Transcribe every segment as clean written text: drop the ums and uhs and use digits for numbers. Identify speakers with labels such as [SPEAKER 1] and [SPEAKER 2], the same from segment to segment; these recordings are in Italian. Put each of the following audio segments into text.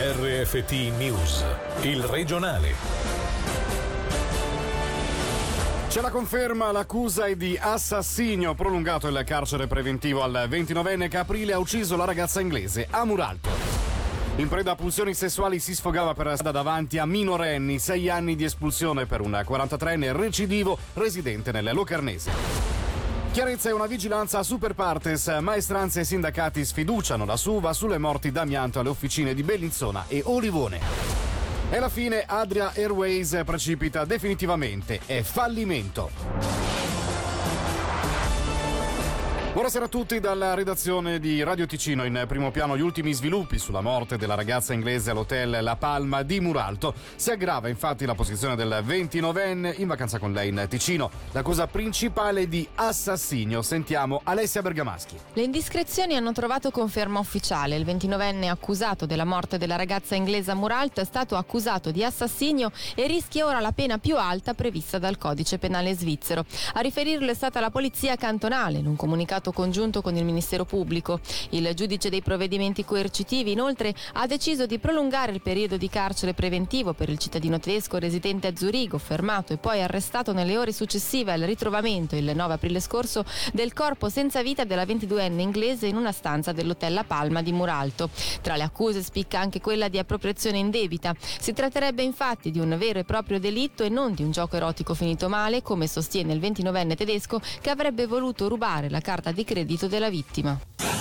[SPEAKER 1] RFT News, il regionale.
[SPEAKER 2] C'è la conferma, l'accusa è di assassinio. Prolungato il carcere preventivo al 29enne che a aprile ha ucciso la ragazza inglese a Muralto. In preda a pulsioni sessuali si sfogava per strada davanti a minorenni, 6 anni di espulsione per un 43enne recidivo residente nel Locarnese. Chiarezza e una vigilanza super partes, maestranze e sindacati sfiduciano la SUVA sulle morti d'amianto alle officine di Bellinzona e Olivone. E alla fine Adria Airways precipita definitivamente, è fallimento. Buonasera a tutti dalla redazione di Radio Ticino. In primo piano gli ultimi sviluppi sulla morte della ragazza inglese all'hotel La Palma di Muralto. Si aggrava infatti la posizione del 29enne in vacanza con lei in Ticino. L'accusa principale è di assassinio. Sentiamo Alessia Bergamaschi.
[SPEAKER 3] Le indiscrezioni hanno trovato conferma ufficiale. Il 29enne accusato della morte della ragazza inglese a Muralto è stato accusato di assassinio e rischia ora la pena più alta prevista dal codice penale svizzero. A riferirlo è stata la polizia cantonale in un comunicato congiunto con il Ministero Pubblico. Il giudice dei provvedimenti coercitivi inoltre ha deciso di prolungare il periodo di carcere preventivo per il cittadino tedesco residente a Zurigo, fermato e poi arrestato nelle ore successive al ritrovamento il 9 aprile scorso del corpo senza vita della 22enne inglese in una stanza dell'hotel La Palma di Muralto. Tra le accuse spicca anche quella di appropriazione indebita. Si tratterebbe infatti di un vero e proprio delitto e non di un gioco erotico finito male, come sostiene il 29enne tedesco che avrebbe voluto rubare la carta di credito della vittima.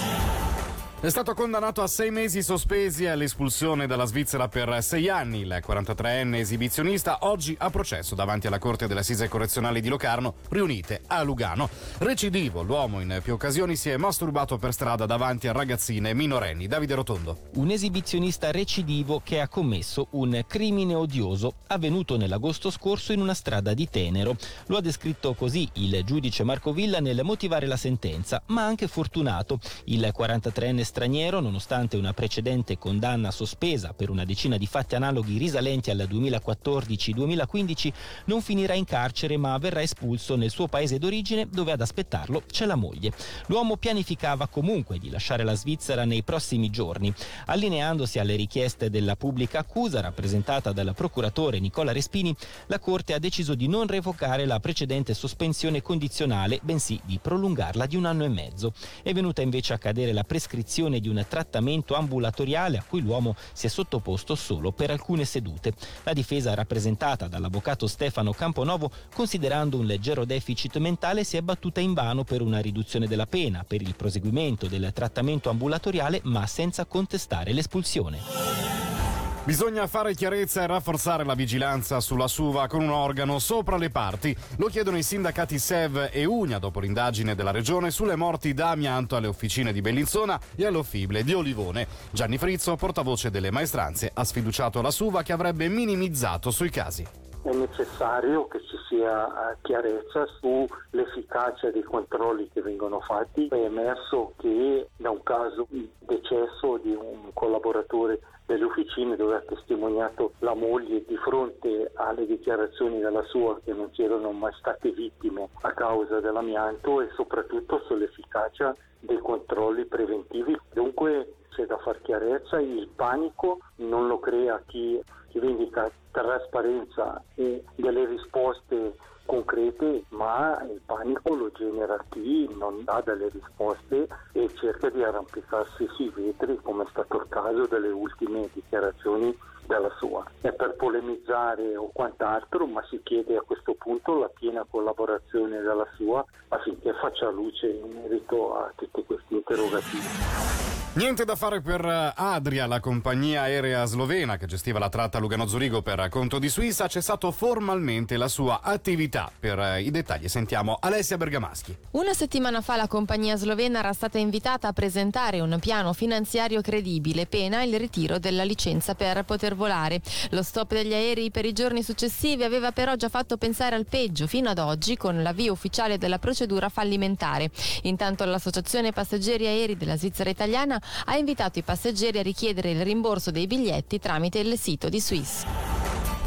[SPEAKER 2] È stato condannato a 6 mesi sospesi e all'espulsione dalla Svizzera per 6 anni. Il 43enne esibizionista oggi a processo davanti alla Corte delle Assise Correzionali di Locarno, riunite a Lugano. Recidivo, l'uomo in più occasioni si è masturbato per strada davanti a ragazzine minorenni. Davide Rotondo.
[SPEAKER 4] Un esibizionista recidivo che ha commesso un crimine odioso avvenuto nell'agosto scorso in una strada di Tenero. Lo ha descritto così il giudice Marco Villa nel motivare la sentenza, ma anche fortunato. Il 43enne straniero, nonostante una precedente condanna sospesa per una decina di fatti analoghi risalenti al 2014-2015, non finirà in carcere ma verrà espulso nel suo paese d'origine, dove ad aspettarlo c'è la moglie. L'uomo pianificava comunque di lasciare la Svizzera nei prossimi giorni. Allineandosi alle richieste della pubblica accusa rappresentata dal procuratore Nicola Respini, la Corte ha deciso di non revocare la precedente sospensione condizionale, bensì di prolungarla di 1 anno e mezzo. È venuta invece a cadere la prescrizione di un trattamento ambulatoriale a cui l'uomo si è sottoposto solo per alcune sedute. La difesa, rappresentata dall'avvocato Stefano Camponovo, considerando un leggero deficit mentale, si è battuta invano per una riduzione della pena, per il proseguimento del trattamento ambulatoriale, ma senza contestare l'espulsione.
[SPEAKER 2] Bisogna fare chiarezza e rafforzare la vigilanza sulla SUVA con un organo sopra le parti. Lo chiedono i sindacati SEV e Unia dopo l'indagine della Regione sulle morti da amianto alle officine di Bellinzona e all'Offible di Olivone. Gianni Frizzo, portavoce delle maestranze, ha sfiduciato la SUVA che avrebbe minimizzato sui casi.
[SPEAKER 5] È necessario che ci sia chiarezza sull'efficacia dei controlli che vengono fatti. È emerso che da un caso di decesso di un collaboratore delle officine dove ha testimoniato la moglie di fronte alle dichiarazioni della sua che non c'erano mai state vittime a causa dell'amianto e soprattutto sull'efficacia dei controlli preventivi. Dunque c'è da far chiarezza, il panico non lo crea chi vendica trasparenza e delle risposte concrete, ma il panico lo genera chi non dà delle risposte e cerca di arrampicarsi sui vetri, come è stato il caso delle ultime dichiarazioni della sua. È per polemizzare o quant'altro, ma si chiede a questo punto la piena collaborazione della sua affinché faccia luce in merito a tutti questi interrogativi.
[SPEAKER 2] Niente da fare per Adria, la compagnia aerea slovena che gestiva la tratta Lugano-Zurigo per conto di Swiss ha cessato formalmente la sua attività. Per i dettagli sentiamo Alessia Bergamaschi.
[SPEAKER 3] Una settimana fa la compagnia slovena era stata invitata a presentare un piano finanziario credibile, pena il ritiro della licenza per poter volare. Lo stop degli aerei per i giorni successivi aveva però già fatto pensare al peggio fino ad oggi, con l'avvio ufficiale della procedura fallimentare. Intanto l'associazione passeggeri aerei della Svizzera italiana ha invitato i passeggeri a richiedere il rimborso dei biglietti tramite il sito di Swiss.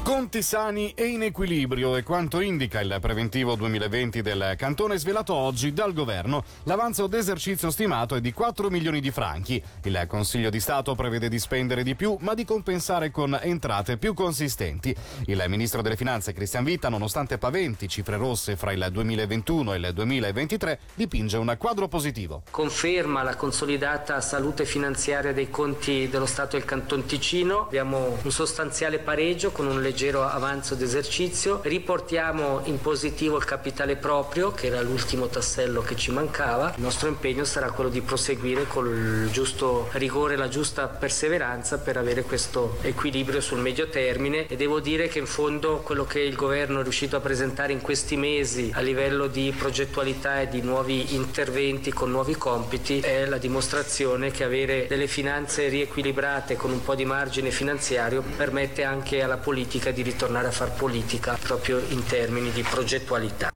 [SPEAKER 2] Conti sani e in equilibrio è quanto indica il preventivo 2020 del Cantone svelato oggi dal governo. L'avanzo d'esercizio stimato è di 4 milioni di franchi. Il Consiglio di Stato prevede di spendere di più ma di compensare con entrate più consistenti. Il ministro delle Finanze Cristian Vita, nonostante paventi cifre rosse fra il 2021 e il 2023, dipinge un quadro positivo.
[SPEAKER 6] Conferma la consolidata salute finanziaria dei conti dello Stato e del Canton Ticino. Abbiamo un sostanziale pareggio con un leggero avanzo d'esercizio, riportiamo in positivo il capitale proprio, che era l'ultimo tassello che ci mancava. Il nostro impegno sarà quello di proseguire con il giusto rigore e la giusta perseveranza per avere questo equilibrio sul medio termine, e devo dire che in fondo quello che il governo è riuscito a presentare in questi mesi a livello di progettualità e di nuovi interventi con nuovi compiti è la dimostrazione che avere delle finanze riequilibrate con un po' di margine finanziario permette anche alla politica di ritornare a far politica proprio in termini di progettualità.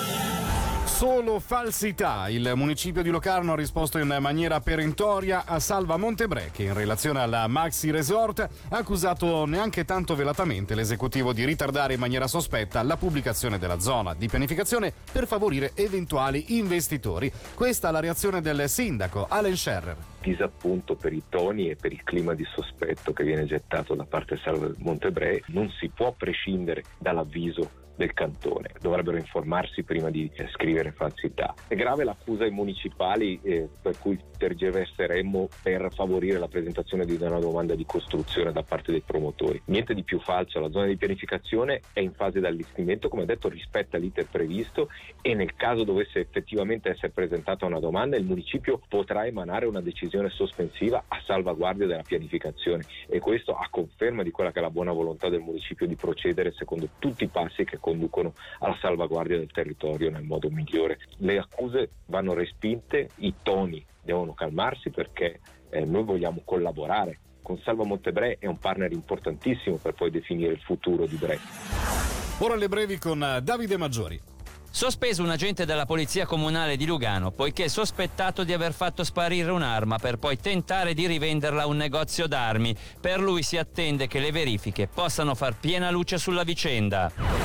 [SPEAKER 2] Solo falsità. Il municipio di Locarno ha risposto in maniera perentoria a Salva Montebrè, che in relazione alla Maxi Resort ha accusato neanche tanto velatamente l'esecutivo di ritardare in maniera sospetta la pubblicazione della zona di pianificazione per favorire eventuali investitori. Questa è la reazione del sindaco Allen Scherrer.
[SPEAKER 7] Disappunto per i toni e per il clima di sospetto che viene gettato da parte di Salva Montebrè. Non si può prescindere dall'avviso del cantone, dovrebbero informarsi prima di scrivere falsità. È grave l'accusa ai municipali per cui tergiverseremmo per favorire la presentazione di una domanda di costruzione da parte dei promotori. Niente di più falso, la zona di pianificazione è in fase di allestimento, come detto rispetta l'iter previsto, e nel caso dovesse effettivamente essere presentata una domanda il municipio potrà emanare una decisione sospensiva a salvaguardia della pianificazione, e questo a conferma di quella che è la buona volontà del municipio di procedere secondo tutti i passi che conducono alla salvaguardia del territorio nel modo migliore. Le accuse vanno respinte, i toni devono calmarsi, perché noi vogliamo collaborare con Salva Montebrè, è un partner importantissimo per poi definire il futuro di Bre.
[SPEAKER 2] Ora le brevi con Davide Maggiori.
[SPEAKER 8] Sospeso un agente della Polizia Comunale di Lugano poiché sospettato di aver fatto sparire un'arma per poi tentare di rivenderla a un negozio d'armi. Per lui si attende che le verifiche possano far piena luce sulla vicenda.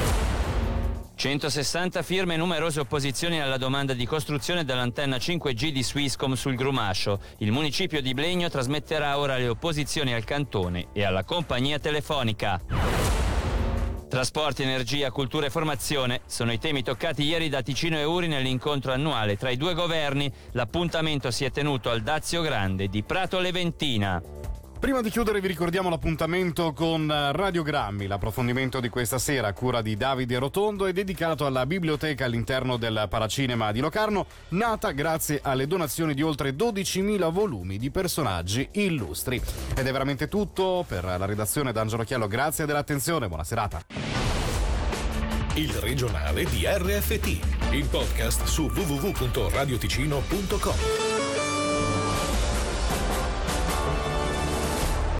[SPEAKER 8] 160 firme e numerose opposizioni alla domanda di costruzione dell'antenna 5G di Swisscom sul Grumascio. Il municipio di Blegno trasmetterà ora le opposizioni al cantone e alla compagnia telefonica. Trasporti, energia, cultura e formazione sono i temi toccati ieri da Ticino e Uri nell'incontro annuale tra i due governi. L'appuntamento si è tenuto al Dazio Grande di Prato Leventina.
[SPEAKER 2] Prima di chiudere vi ricordiamo l'appuntamento con Radiogrammi. L'approfondimento di questa sera a cura di Davide Rotondo è dedicato alla biblioteca all'interno del Paracinema di Locarno, nata grazie alle donazioni di oltre 12.000 volumi di personaggi illustri. Ed è veramente tutto per la redazione d'Angelo Chiello. Grazie dell'attenzione, buona serata.
[SPEAKER 1] Il regionale di RFT, il podcast su www.radioticino.com.